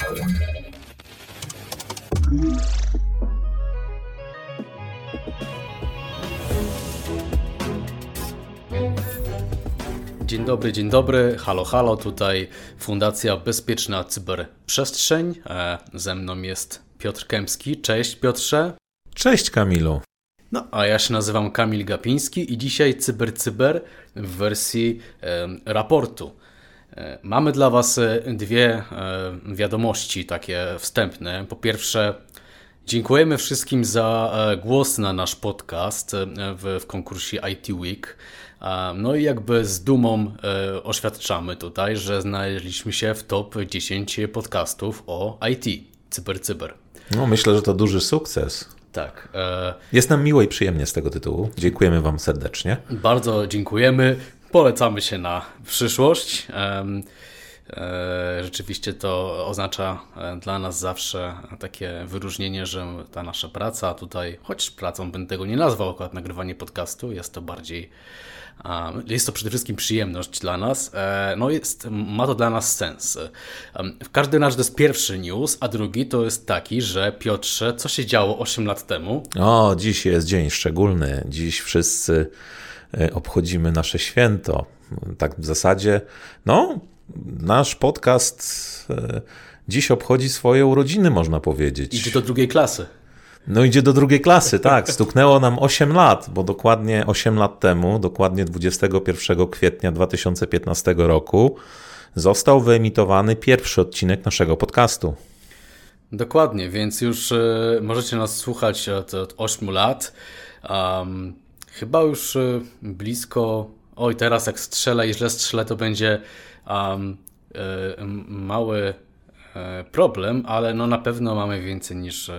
Dzień dobry, halo, halo, tutaj Fundacja Bezpieczna Cyberprzestrzeń. Ze mną jest Piotr Kępski. Cześć Piotrze. Cześć Kamilu. No, a ja się nazywam Kamil Gapiński i dzisiaj Cyber w wersji raportu. Mamy dla Was dwie wiadomości takie wstępne. Po pierwsze, dziękujemy wszystkim za głos na nasz podcast w konkursie IT Week. No i jakby z dumą oświadczamy tutaj, że znaleźliśmy się w top 10 podcastów o IT, cyber. No, myślę, że to duży sukces. Tak. Jest nam miło i przyjemnie z tego tytułu. Dziękujemy Wam serdecznie. Bardzo dziękujemy. Polecamy się na przyszłość. Rzeczywiście to oznacza dla nas zawsze takie wyróżnienie, że ta nasza praca tutaj, choć pracą bym tego nie nazwał, akurat nagrywanie podcastu, jest to przede wszystkim przyjemność dla nas, no ma to dla nas sens. W każdym razie to jest pierwszy news, a drugi to jest taki, że Piotrze, co się działo 8 lat temu? Dziś jest dzień szczególny. Dziś wszyscy obchodzimy nasze święto. Tak w zasadzie, nasz podcast dziś obchodzi swoje urodziny, można powiedzieć. Idzie do drugiej klasy. Idzie do drugiej klasy, tak. Stuknęło nam 8 lat, bo dokładnie 8 lat temu, dokładnie 21 kwietnia 2015 roku został wyemitowany pierwszy odcinek naszego podcastu. Dokładnie, więc już możecie nas słuchać od 8 lat. Chyba już blisko... teraz jak strzelę i źle strzelę, to będzie mały problem, ale na pewno mamy więcej niż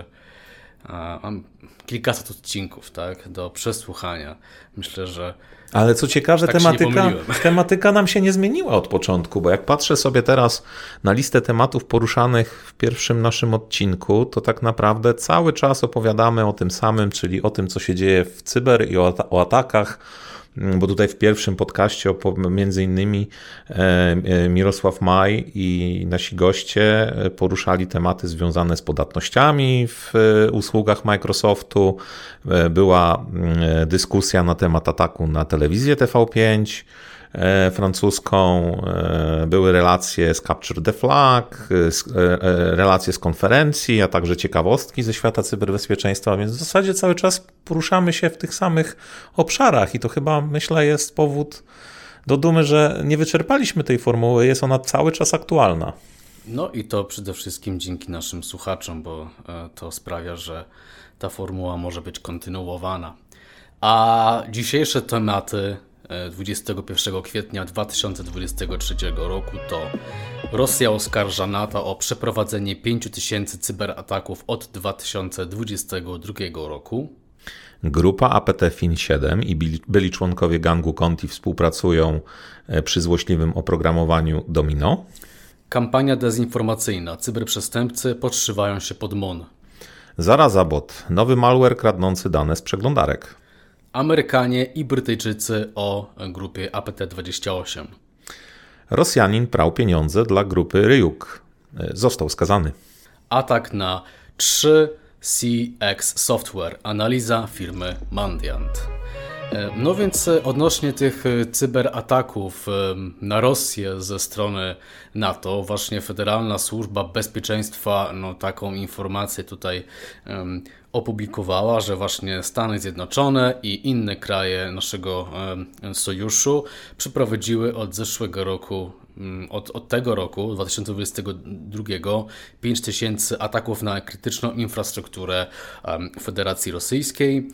kilkaset odcinków, tak, do przesłuchania. Myślę, że... Ale co ciekawe, tematyka nam się nie zmieniła od początku, bo jak patrzę sobie teraz na listę tematów poruszanych w pierwszym naszym odcinku, to tak naprawdę cały czas opowiadamy o tym samym, czyli o tym, co się dzieje w cyber i o atakach, bo tutaj w pierwszym podcaście między innymi Mirosław Maj i nasi goście poruszali tematy związane z podatnościami w usługach Microsoftu. Była dyskusja na temat ataku na telewizję TV5 francuską, były relacje z Capture the Flag, relacje z konferencji, a także ciekawostki ze świata cyberbezpieczeństwa, więc w zasadzie cały czas poruszamy się w tych samych obszarach i to chyba, myślę, jest powód do dumy, że nie wyczerpaliśmy tej formuły, jest ona cały czas aktualna. I to przede wszystkim dzięki naszym słuchaczom, bo to sprawia, że ta formuła może być kontynuowana. A dzisiejsze tematy 21 kwietnia 2023 roku to Rosja oskarża NATO o przeprowadzenie 5000 cyberataków od 2022 roku. Grupa APT FIN7 i byli członkowie gangu Conti współpracują przy złośliwym oprogramowaniu Domino. Kampania dezinformacyjna. Cyberprzestępcy podszywają się pod MON. Zarazabot. Nowy malware kradnący dane z przeglądarek. Amerykanie i Brytyjczycy o grupie APT28. Rosjanin prał pieniądze dla grupy Ryuk. Został skazany. Atak na 3CX Software. Analiza firmy Mandiant. Więc odnośnie tych cyberataków na Rosję ze strony NATO, właśnie Federalna Służba Bezpieczeństwa taką informację tutaj opublikowała, że właśnie Stany Zjednoczone i inne kraje naszego sojuszu przeprowadziły od zeszłego roku, od tego roku, 2022, 5000 ataków na krytyczną infrastrukturę Federacji Rosyjskiej.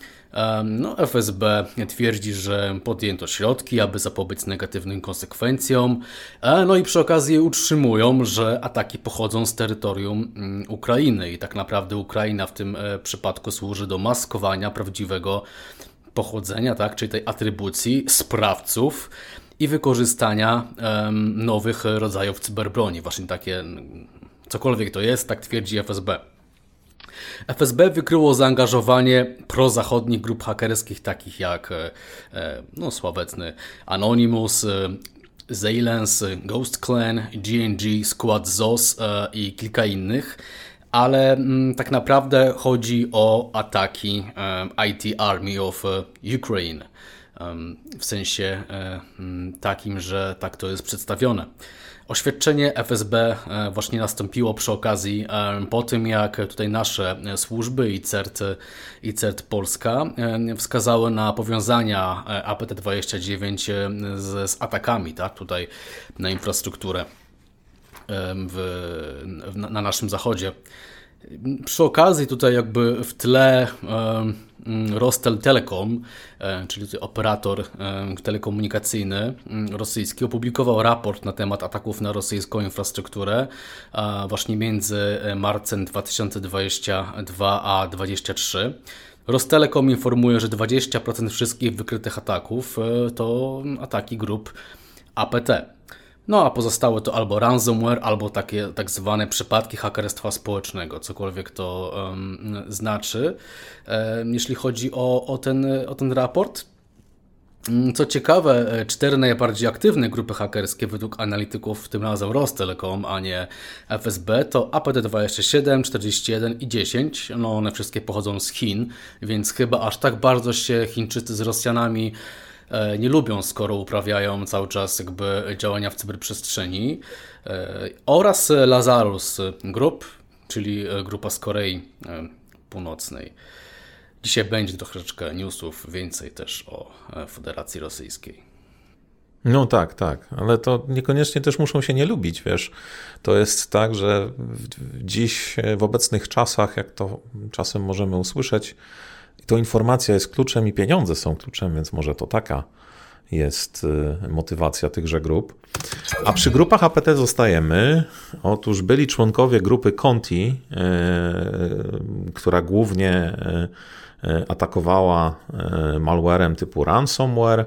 FSB twierdzi, że podjęto środki, aby zapobiec negatywnym konsekwencjom. I przy okazji utrzymują, że ataki pochodzą z terytorium Ukrainy i tak naprawdę Ukraina w tym przypadku służy do maskowania prawdziwego pochodzenia, tak, czyli tej atrybucji sprawców i wykorzystania nowych rodzajów cyberbroni. Właśnie takie, cokolwiek to jest, tak twierdzi FSB. FSB wykryło zaangażowanie prozachodnich grup hakerskich takich jak sławetny Anonymous, Zeylens, Ghost Clan, GNG, Squad ZOS i kilka innych, ale tak naprawdę chodzi o ataki IT Army of Ukraine, w sensie takim, że tak to jest przedstawione. Oświadczenie FSB właśnie nastąpiło przy okazji po tym, jak tutaj nasze służby i CERT Polska wskazały na powiązania APT-29 z atakami, tak, tutaj na infrastrukturę na naszym zachodzie. Przy okazji tutaj jakby w tle Rostel Telecom, czyli operator telekomunikacyjny rosyjski, opublikował raport na temat ataków na rosyjską infrastrukturę właśnie między marcem 2022 a 2023. Rostelecom informuje, że 20% wszystkich wykrytych ataków to ataki grup APT. No a pozostałe to albo ransomware, albo takie tak zwane przypadki hakerstwa społecznego, cokolwiek to znaczy, jeśli chodzi o ten raport. Co ciekawe, 4 najbardziej aktywne grupy hakerskie według analityków, tym razem Rostelecom, a nie FSB, to APT-27, 41 i 10. No one wszystkie pochodzą z Chin, więc chyba aż tak bardzo się Chińczycy z Rosjanami nie lubią, skoro uprawiają cały czas jakby działania w cyberprzestrzeni. Oraz Lazarus Group, czyli grupa z Korei Północnej. Dzisiaj będzie troszeczkę newsów, więcej też o Federacji Rosyjskiej. No tak, ale to niekoniecznie też muszą się nie lubić, wiesz. To jest tak, że dziś w obecnych czasach, jak to czasem możemy usłyszeć, to informacja jest kluczem i pieniądze są kluczem, więc może to taka jest motywacja tychże grup. A przy grupach APT zostajemy. Otóż byli członkowie grupy Conti, która głównie atakowała malwarem typu ransomware.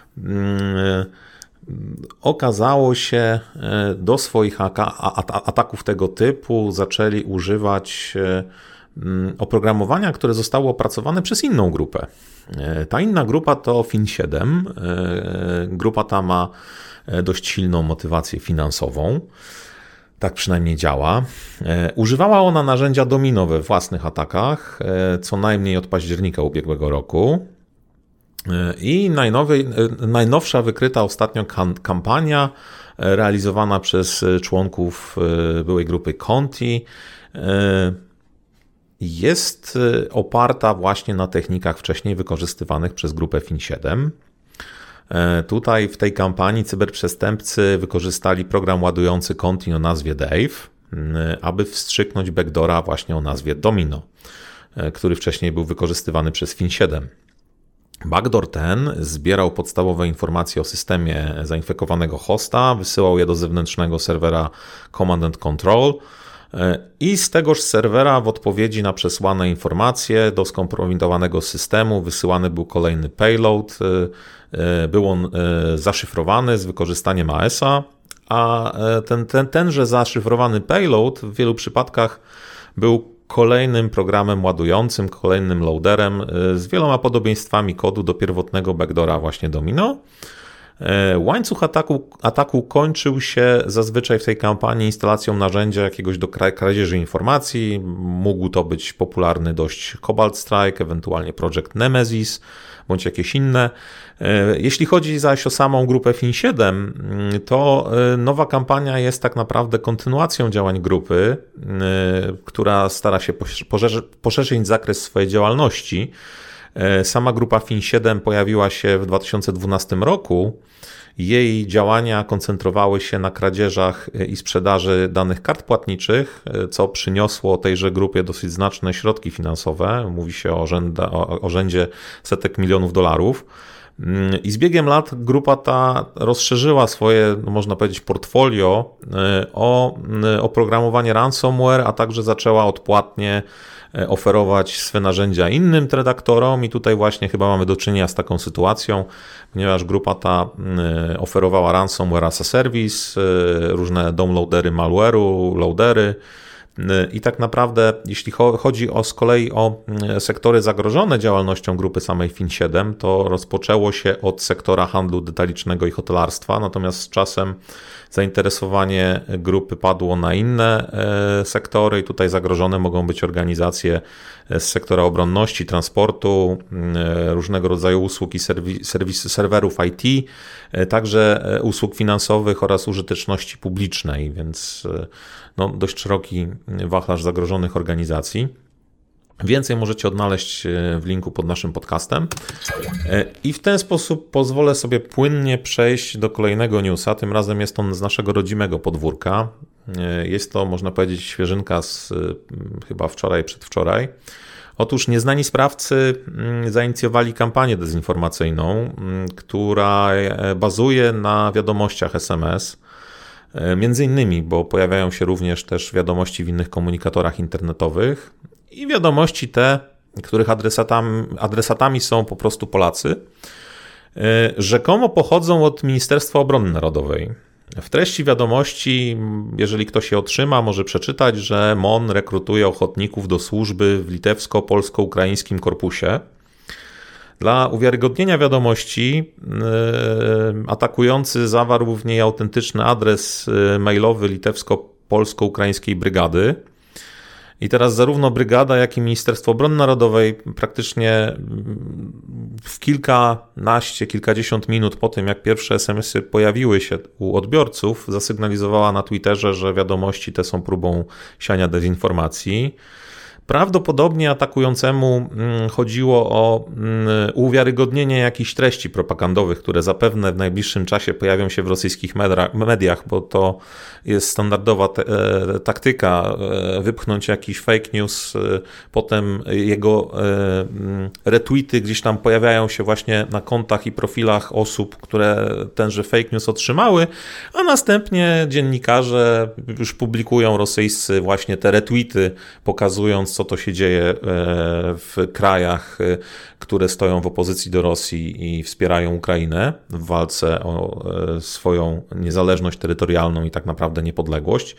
Okazało się, do swoich ataków tego typu zaczęli używać oprogramowania, które zostało opracowane przez inną grupę. Ta inna grupa to Fin7. Grupa ta ma dość silną motywację finansową. Tak przynajmniej działa. Używała ona narzędzia domino we własnych atakach, co najmniej od października ubiegłego roku. I najnowsza wykryta ostatnio kampania realizowana przez członków byłej grupy Conti jest oparta właśnie na technikach wcześniej wykorzystywanych przez grupę Fin7. Tutaj w tej kampanii cyberprzestępcy wykorzystali program ładujący Conti o nazwie Dave, aby wstrzyknąć backdoora właśnie o nazwie Domino, który wcześniej był wykorzystywany przez Fin7. Backdoor ten zbierał podstawowe informacje o systemie zainfekowanego hosta, wysyłał je do zewnętrznego serwera Command and Control i z tegoż serwera w odpowiedzi na przesłane informacje do skompromitowanego systemu wysyłany był kolejny payload. Był on zaszyfrowany z wykorzystaniem AES-a, a tenże zaszyfrowany payload w wielu przypadkach był kolejnym programem ładującym, kolejnym loaderem z wieloma podobieństwami kodu do pierwotnego backdoora właśnie Domino. Łańcuch ataku kończył się zazwyczaj w tej kampanii instalacją narzędzia jakiegoś do kradzieży informacji. Mógł to być popularny dość Cobalt Strike, ewentualnie Project Nemesis, bądź jakieś inne. Jeśli chodzi zaś o samą grupę Fin7, to nowa kampania jest tak naprawdę kontynuacją działań grupy, która stara się poszerzyć zakres swojej działalności. Sama grupa Fin7 pojawiła się w 2012 roku. Jej działania koncentrowały się na kradzieżach i sprzedaży danych kart płatniczych, co przyniosło tejże grupie dosyć znaczne środki finansowe. Mówi się o rzędzie setek milionów dolarów. I z biegiem lat grupa ta rozszerzyła swoje, można powiedzieć, portfolio o oprogramowanie ransomware, a także zaczęła odpłatnie oferować swe narzędzia innym redaktorom i tutaj właśnie chyba mamy do czynienia z taką sytuacją, ponieważ grupa ta oferowała ransomware as a service, różne downloadery malware'u, loadery, I tak naprawdę, jeśli chodzi z kolei o sektory zagrożone działalnością grupy samej Fin7, to rozpoczęło się od sektora handlu detalicznego i hotelarstwa, natomiast z czasem zainteresowanie grupy padło na inne sektory i tutaj zagrożone mogą być organizacje z sektora obronności, transportu, różnego rodzaju usług i serwerów IT, także usług finansowych oraz użyteczności publicznej, więc dość szeroki wachlarz zagrożonych organizacji. Więcej możecie odnaleźć w linku pod naszym podcastem. I w ten sposób pozwolę sobie płynnie przejść do kolejnego newsa. Tym razem jest on z naszego rodzimego podwórka. Jest to, można powiedzieć, świeżynka z chyba wczoraj, przedwczoraj. Otóż nieznani sprawcy zainicjowali kampanię dezinformacyjną, która bazuje na wiadomościach SMS. Między innymi, bo pojawiają się również też wiadomości w innych komunikatorach internetowych i wiadomości te, których adresatami są po prostu Polacy, rzekomo pochodzą od Ministerstwa Obrony Narodowej. W treści wiadomości, jeżeli ktoś je otrzyma, może przeczytać, że MON rekrutuje ochotników do służby w litewsko-polsko-ukraińskim korpusie. Dla uwiarygodnienia wiadomości atakujący zawarł w niej autentyczny adres mailowy litewsko-polsko-ukraińskiej brygady. I teraz zarówno brygada, jak i Ministerstwo Obrony Narodowej praktycznie w kilkadziesiąt minut po tym, jak pierwsze SMS-y pojawiły się u odbiorców, zasygnalizowała na Twitterze, że wiadomości te są próbą siania dezinformacji. Prawdopodobnie atakującemu chodziło o uwiarygodnienie jakichś treści propagandowych, które zapewne w najbliższym czasie pojawią się w rosyjskich mediach, bo to jest standardowa taktyka, wypchnąć jakiś fake news, potem jego retweety gdzieś tam pojawiają się właśnie na kontach i profilach osób, które tenże fake news otrzymały, a następnie dziennikarze już publikują rosyjscy właśnie te retweety, pokazując, co to się dzieje w krajach, które stoją w opozycji do Rosji i wspierają Ukrainę w walce o swoją niezależność terytorialną i tak naprawdę niepodległość.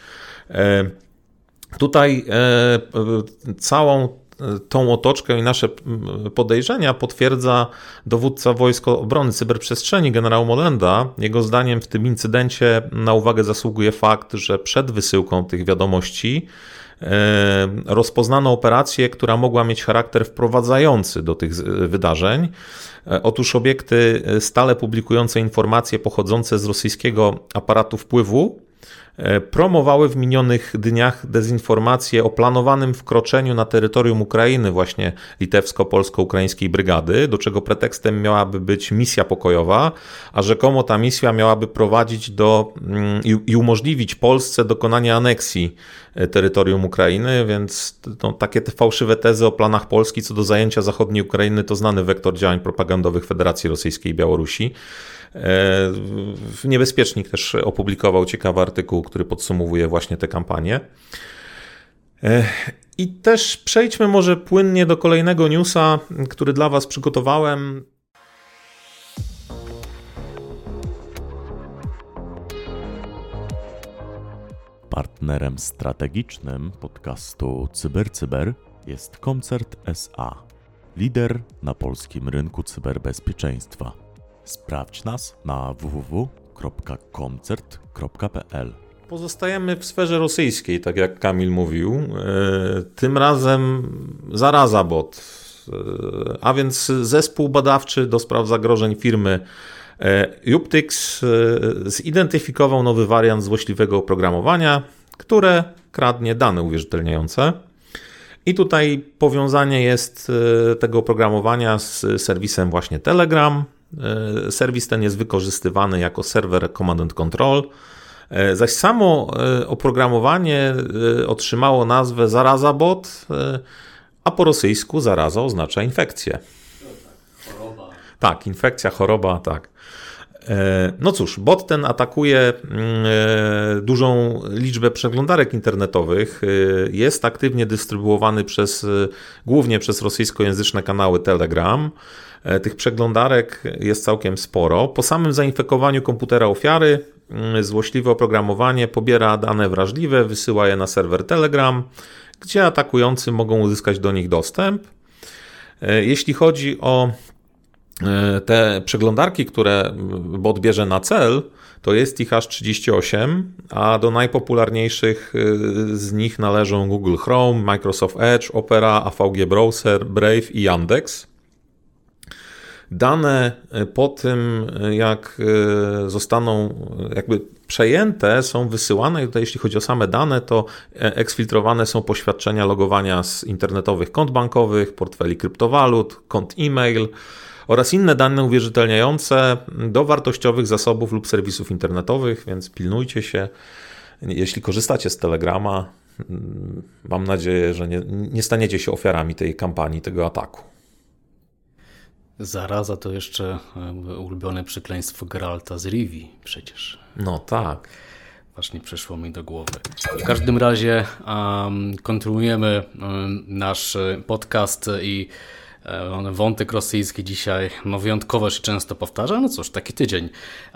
Tutaj całą tą otoczkę i nasze podejrzenia potwierdza dowódca Wojsk Obrony Cyberprzestrzeni generał Molenda. Jego zdaniem w tym incydencie na uwagę zasługuje fakt, że przed wysyłką tych wiadomości rozpoznano operację, która mogła mieć charakter wprowadzający do tych wydarzeń. Otóż obiekty stale publikujące informacje pochodzące z rosyjskiego aparatu wpływu promowały w minionych dniach dezinformację o planowanym wkroczeniu na terytorium Ukrainy właśnie litewsko-polsko-ukraińskiej brygady, do czego pretekstem miałaby być misja pokojowa, a rzekomo ta misja miałaby prowadzić i umożliwić Polsce dokonanie aneksji terytorium Ukrainy, więc takie te fałszywe tezy o planach Polski co do zajęcia zachodniej Ukrainy to znany wektor działań propagandowych Federacji Rosyjskiej i Białorusi. Niebezpiecznik też opublikował ciekawy artykuł, który podsumowuje właśnie tę kampanię. I też przejdźmy może płynnie do kolejnego newsa, który dla Was przygotowałem. Partnerem strategicznym podcastu CyberCyber jest Koncert SA, lider na polskim rynku cyberbezpieczeństwa. Sprawdź nas na www.koncert.pl. Pozostajemy w sferze rosyjskiej, tak jak Kamil mówił. Tym razem zaraza bot, a więc zespół badawczy do spraw zagrożeń firmy Uptyx zidentyfikował nowy wariant złośliwego oprogramowania, które kradnie dane uwierzytelniające. I tutaj powiązanie jest tego oprogramowania z serwisem właśnie Telegram. Serwis ten jest wykorzystywany jako serwer Command and Control, zaś samo oprogramowanie otrzymało nazwę Zaraza Bot, a po rosyjsku zaraza oznacza infekcję. Choroba. Tak, infekcja, choroba, tak. No cóż, bot ten atakuje dużą liczbę przeglądarek internetowych. Jest aktywnie dystrybuowany głównie przez rosyjskojęzyczne kanały Telegram. Tych przeglądarek jest całkiem sporo. Po samym zainfekowaniu komputera ofiary złośliwe oprogramowanie pobiera dane wrażliwe, wysyła je na serwer Telegram, gdzie atakujący mogą uzyskać do nich dostęp. Jeśli chodzi o te przeglądarki, które bot bierze na cel, to jest ich aż 38, a do najpopularniejszych z nich należą Google Chrome, Microsoft Edge, Opera, AVG Browser, Brave i Yandex. Dane po tym, jak zostaną jakby przejęte, są wysyłane i tutaj jeśli chodzi o same dane, to eksfiltrowane są poświadczenia logowania z internetowych kont bankowych, portfeli kryptowalut, kont e-mail oraz inne dane uwierzytelniające do wartościowych zasobów lub serwisów internetowych, więc pilnujcie się, jeśli korzystacie z Telegrama. Mam nadzieję, że nie staniecie się ofiarami tej kampanii, tego ataku. Zaraza to jeszcze ulubione przekleństwo Geralta z Rivii przecież. No tak. Właśnie przyszło mi do głowy. W każdym razie kontynuujemy nasz podcast i wątek rosyjski dzisiaj wyjątkowo się często powtarza. No cóż, taki tydzień.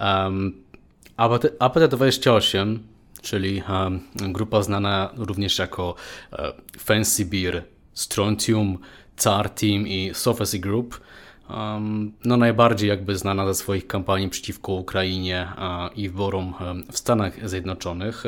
APT28, czyli grupa znana również jako Fancy Bear, Strontium, Tsar Team i Sophisy Group, najbardziej jakby znana ze swoich kampanii przeciwko Ukrainie i wyborom w Stanach Zjednoczonych.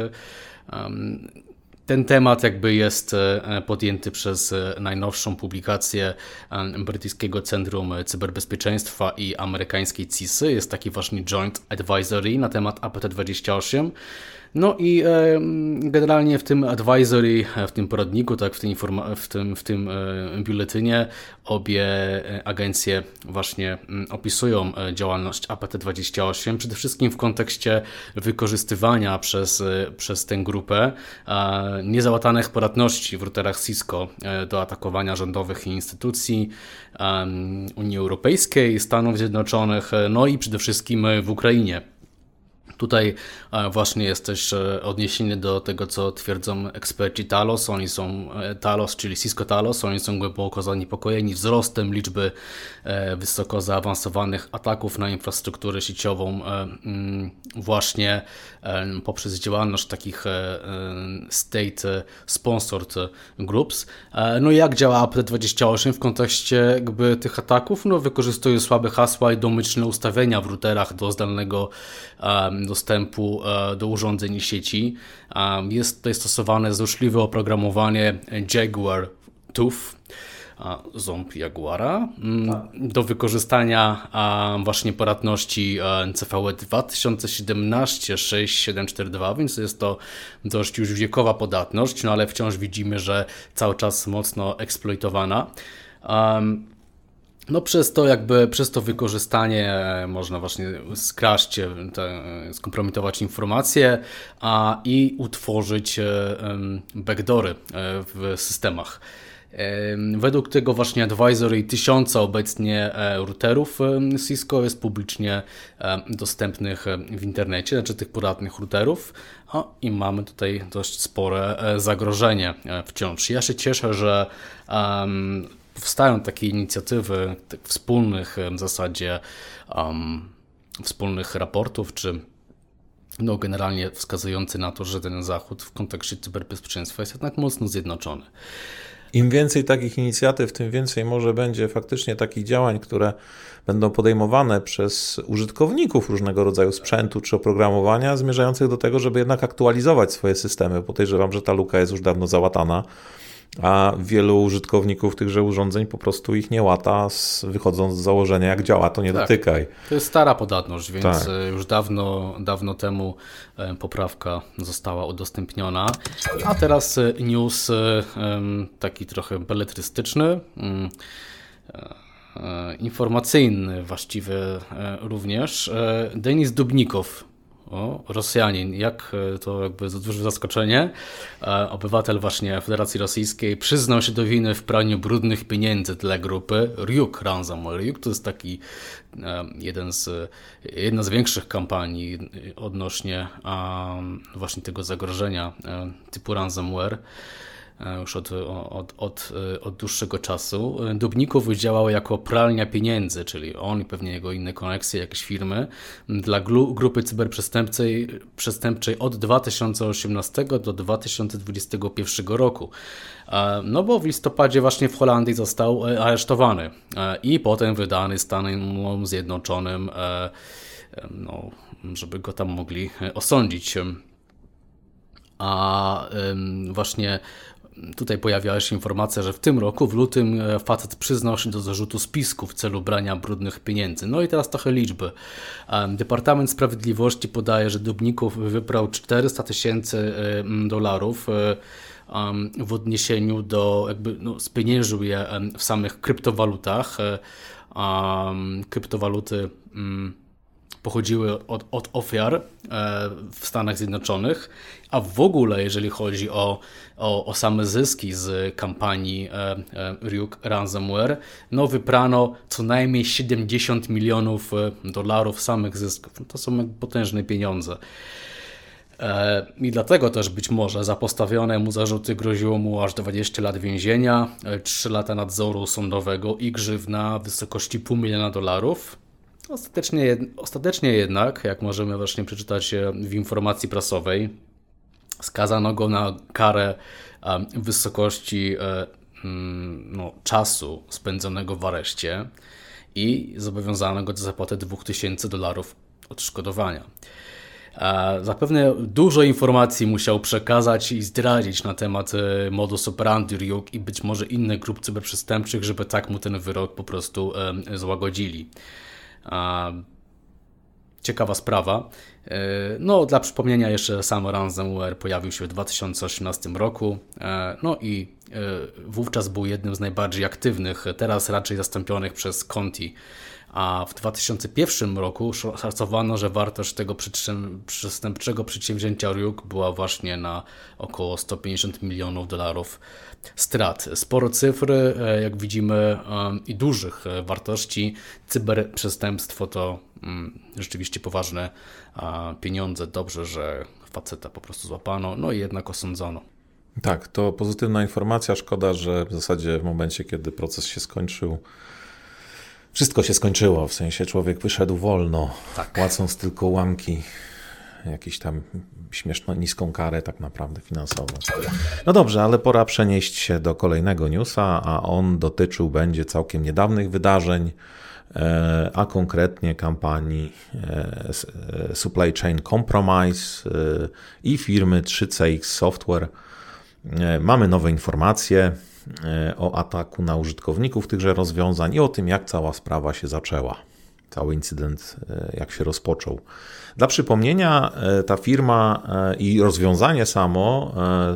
Ten temat jakby jest podjęty przez najnowszą publikację brytyjskiego Centrum Cyberbezpieczeństwa i amerykańskiej CISY. Jest taki właśnie Joint Advisory na temat APT28. No i generalnie w tym advisory, w tym poradniku, tak, w tym biuletynie obie agencje właśnie opisują działalność APT28, przede wszystkim w kontekście wykorzystywania przez tę grupę niezałatanych podatności w routerach Cisco do atakowania rządowych instytucji Unii Europejskiej, Stanów Zjednoczonych, no i przede wszystkim w Ukrainie. Tutaj właśnie jest też odniesienie do tego, co twierdzą eksperci Talos. Talos, czyli Cisco Talos, oni są głęboko zaniepokojeni wzrostem liczby wysoko zaawansowanych ataków na infrastrukturę sieciową właśnie poprzez działalność takich state-sponsored groups. No i jak działa APT28 w kontekście jakby tych ataków? No wykorzystuje słabe hasła i domyślne ustawienia w routerach do zdalnego dostępu do urządzeń i sieci. Jest tutaj stosowane złośliwe oprogramowanie Jaguar Tooth, ząb Jaguara, do wykorzystania właśnie podatności CVE 2017-6742, więc jest to dość już wiekowa podatność, no ale wciąż widzimy, że cały czas mocno eksploitowana. No przez to wykorzystanie można właśnie skraść, skompromitować informacje i utworzyć backdoory w systemach. Według tego właśnie advisory 1000 obecnie routerów Cisco jest publicznie dostępnych w internecie, znaczy tych podatnych routerów, i mamy tutaj dość spore zagrożenie wciąż. Ja się cieszę, że powstają takie inicjatywy wspólnych w zasadzie wspólnych raportów, czy generalnie wskazujący na to, że ten Zachód w kontekście cyberbezpieczeństwa jest jednak mocno zjednoczony. Im więcej takich inicjatyw, tym więcej może będzie faktycznie takich działań, które będą podejmowane przez użytkowników różnego rodzaju sprzętu czy oprogramowania, zmierzających do tego, żeby jednak aktualizować swoje systemy. Podejrzewam, że ta luka jest już dawno załatana, a wielu użytkowników tychże urządzeń po prostu ich nie łata, wychodząc z założenia, jak działa, to nie dotykaj. To jest stara podatność, więc już dawno temu poprawka została udostępniona. A teraz news taki trochę beletrystyczny, informacyjny właściwie również. Denis Dubnikow, Rosjanin, jak to jakby duże zaskoczenie. Obywatel właśnie Federacji Rosyjskiej przyznał się do winy w praniu brudnych pieniędzy dla grupy Ryuk Ransomware. Ryuk to jest taki jedna z większych kampanii odnośnie właśnie tego zagrożenia typu ransomware. już od dłuższego czasu. Dubnikow działał jako pralnia pieniędzy, czyli on i pewnie jego inne koneksje, jakieś firmy, dla grupy cyberprzestępczej od 2018 do 2021 roku. No bo w listopadzie właśnie w Holandii został aresztowany i potem wydany Stanom Zjednoczonym, żeby go tam mogli osądzić. A właśnie tutaj pojawiała się informacja, że w tym roku, w lutym, facet przyznał się do zarzutu spisku w celu brania brudnych pieniędzy. No i teraz trochę liczby. Departament Sprawiedliwości podaje, że Dubnikow wybrał $400,000 w odniesieniu do, spieniężył je w samych kryptowalutach. Kryptowaluty pochodziły od ofiar w Stanach Zjednoczonych, a w ogóle jeżeli chodzi o same zyski z kampanii Ryuk Ransomware, wyprano co najmniej $70 milionów samych zysków. To są potężne pieniądze. I dlatego też być może za postawione mu zarzuty groziło mu aż 20 lat więzienia, 3 lata nadzoru sądowego i grzywna w wysokości $500 000. Ostatecznie jednak, jak możemy właśnie przeczytać w informacji prasowej, skazano go na karę w wysokości czasu spędzonego w areszcie i zobowiązano go do zapłaty $2000 odszkodowania. Zapewne dużo informacji musiał przekazać i zdradzić na temat modus operandi Ryuk i być może innych grup cyberprzestępczych, żeby tak mu ten wyrok po prostu złagodzili. Ciekawa sprawa. Dla przypomnienia jeszcze sam ransomware pojawił się w 2018 roku, i wówczas był jednym z najbardziej aktywnych, teraz raczej zastąpionych przez Conti. A w 2001 roku szacowano, że wartość tego przestępczego przedsięwzięcia Ryuk była właśnie na około $150 milionów strat. Sporo cyfr, jak widzimy, i dużych wartości. Cyberprzestępstwo to rzeczywiście poważne pieniądze. Dobrze, że faceta po prostu złapano, i jednak osądzono. Tak, to pozytywna informacja. Szkoda, że w zasadzie w momencie, kiedy proces się skończył, wszystko się skończyło, w sensie człowiek wyszedł wolno, płacąc tylko ułamki, jakąś tam śmieszną, niską karę tak naprawdę finansową. No dobrze, ale pora przenieść się do kolejnego newsa, a on dotyczył będzie całkiem niedawnych wydarzeń, a konkretnie kampanii Supply Chain Compromise i firmy 3CX Software. Mamy nowe informacje o ataku na użytkowników tychże rozwiązań i o tym, jak cała sprawa się zaczęła. Cały incydent, jak się rozpoczął. Dla przypomnienia, ta firma i rozwiązanie samo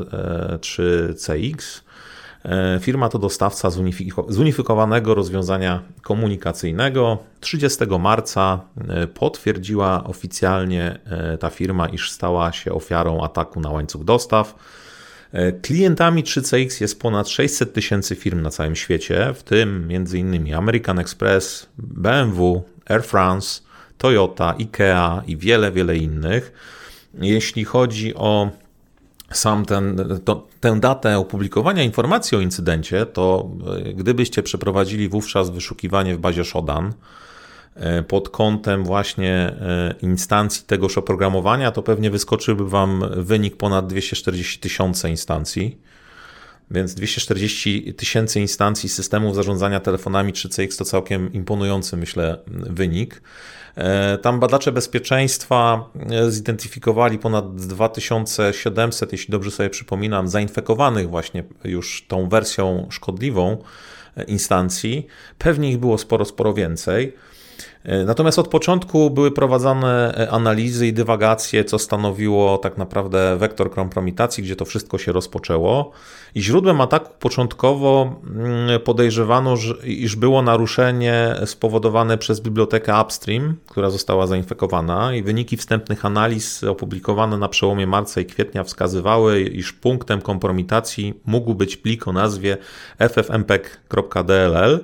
3CX, firma to dostawca zunifikowanego rozwiązania komunikacyjnego. 30 marca potwierdziła oficjalnie ta firma, iż stała się ofiarą ataku na łańcuch dostaw. Klientami 3CX jest ponad 600 000 firm na całym świecie, w tym m.in. American Express, BMW, Air France, Toyota, IKEA i wiele, wiele innych. Jeśli chodzi o tę datę opublikowania informacji o incydencie, to gdybyście przeprowadzili wówczas wyszukiwanie w bazie Shodan pod kątem właśnie instancji tegoż oprogramowania, to pewnie wyskoczyłby Wam wynik ponad 240 000 instancji. Więc 240 000 instancji systemów zarządzania telefonami 3CX to całkiem imponujący, myślę, wynik. Tam badacze bezpieczeństwa zidentyfikowali ponad 2700, jeśli dobrze sobie przypominam, zainfekowanych właśnie już tą wersją szkodliwą instancji. Pewnie ich było sporo więcej. Natomiast od początku były prowadzone analizy i dywagacje, co stanowiło tak naprawdę wektor kompromitacji, gdzie to wszystko się rozpoczęło. I źródłem ataku początkowo podejrzewano, iż było naruszenie spowodowane przez bibliotekę Upstream, która została zainfekowana, i wyniki wstępnych analiz opublikowane na przełomie marca i kwietnia wskazywały, iż punktem kompromitacji mógł być plik o nazwie ffmpeg.dll,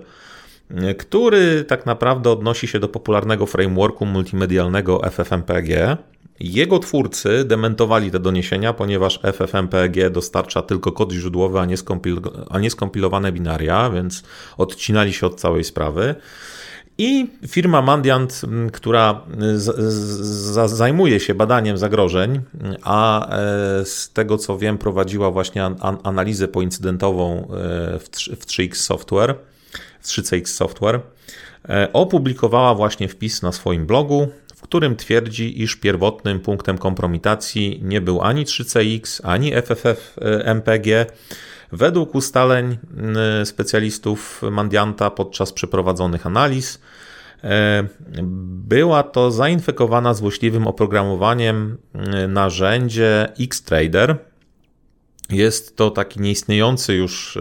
który tak naprawdę odnosi się do popularnego frameworku multimedialnego FFmpeg Jego twórcy dementowali te doniesienia, ponieważ FFmpeg dostarcza tylko kod źródłowy, a nie skompilowane binaria, więc odcinali się od całej sprawy. I firma Mandiant, która zajmuje się badaniem zagrożeń, a z tego co wiem prowadziła właśnie analizę poincydentową w 3CX Software, opublikowała właśnie wpis na swoim blogu, w którym twierdzi, iż pierwotnym punktem kompromitacji nie był ani 3CX, ani FFmpeg. Według ustaleń specjalistów Mandianta podczas przeprowadzonych analiz była to zainfekowana złośliwym oprogramowaniem narzędzie Xtrader. Jest to taki nieistniejący już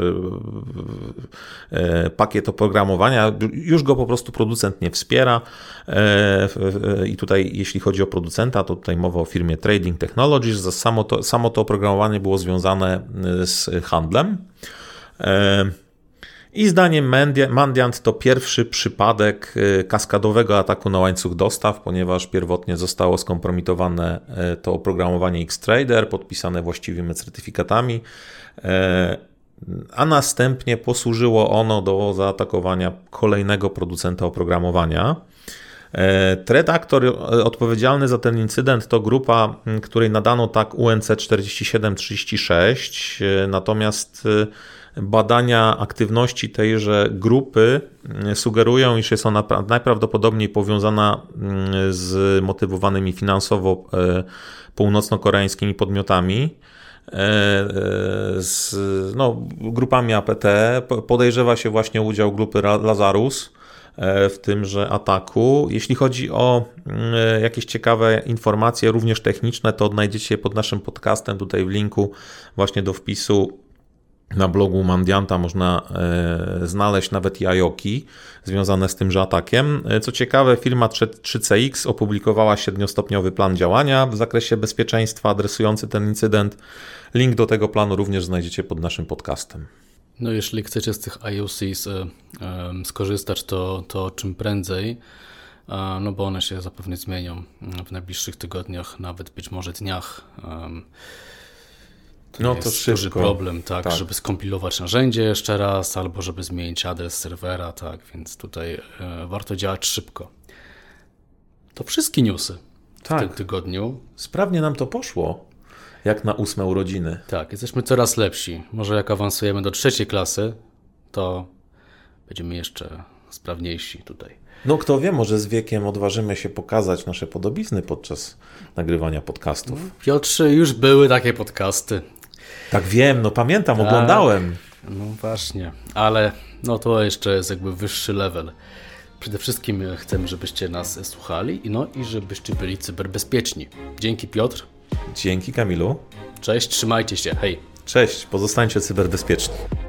pakiet oprogramowania, już go po prostu producent nie wspiera i tutaj jeśli chodzi o producenta, to tutaj mowa o firmie Trading Technologies, samo to oprogramowanie było związane z handlem. I zdaniem Mandiant to pierwszy przypadek kaskadowego ataku na łańcuch dostaw, ponieważ pierwotnie zostało skompromitowane to oprogramowanie Xtrader, podpisane właściwymi certyfikatami, a następnie posłużyło ono do zaatakowania kolejnego producenta oprogramowania. Threat actor odpowiedzialny za ten incydent to grupa, której nadano tak UNC 4736, natomiast badania aktywności tejże grupy sugerują, iż jest ona najprawdopodobniej powiązana z motywowanymi finansowo północno-koreańskimi podmiotami, z grupami APT. Podejrzewa się właśnie udział grupy Lazarus w tymże ataku. Jeśli chodzi o jakieś ciekawe informacje, również techniczne, to odnajdziecie je pod naszym podcastem, tutaj w linku właśnie do wpisu na blogu Mandianta można znaleźć nawet jajoki związane z tymże atakiem. Co ciekawe, firma 3CX opublikowała 7-stopniowy plan działania w zakresie bezpieczeństwa adresujący ten incydent. Link do tego planu również znajdziecie pod naszym podcastem. No jeśli chcecie z tych IOCs skorzystać, to czym prędzej, no bo one się zapewne zmienią w najbliższych tygodniach, nawet być może dniach. To jest duży problem, tak, żeby skompilować narzędzie jeszcze raz, albo żeby zmienić adres serwera, tak, więc tutaj warto działać szybko. To wszystkie newsy w tym tygodniu. Sprawnie nam to poszło, jak na 8 urodziny. Tak, jesteśmy coraz lepsi. Może jak awansujemy do 3. klasy, to będziemy jeszcze sprawniejsi tutaj. No kto wie, może z wiekiem odważymy się pokazać nasze podobizny podczas nagrywania podcastów. Piotrze, już były takie podcasty. Tak wiem, no pamiętam, oglądałem. No właśnie, ale no to jeszcze jest jakby wyższy level. Przede wszystkim chcemy, żebyście nas słuchali i żebyście byli cyberbezpieczni. Dzięki Piotr. Dzięki Kamilu. Cześć, trzymajcie się, hej. Cześć, pozostańcie cyberbezpieczni.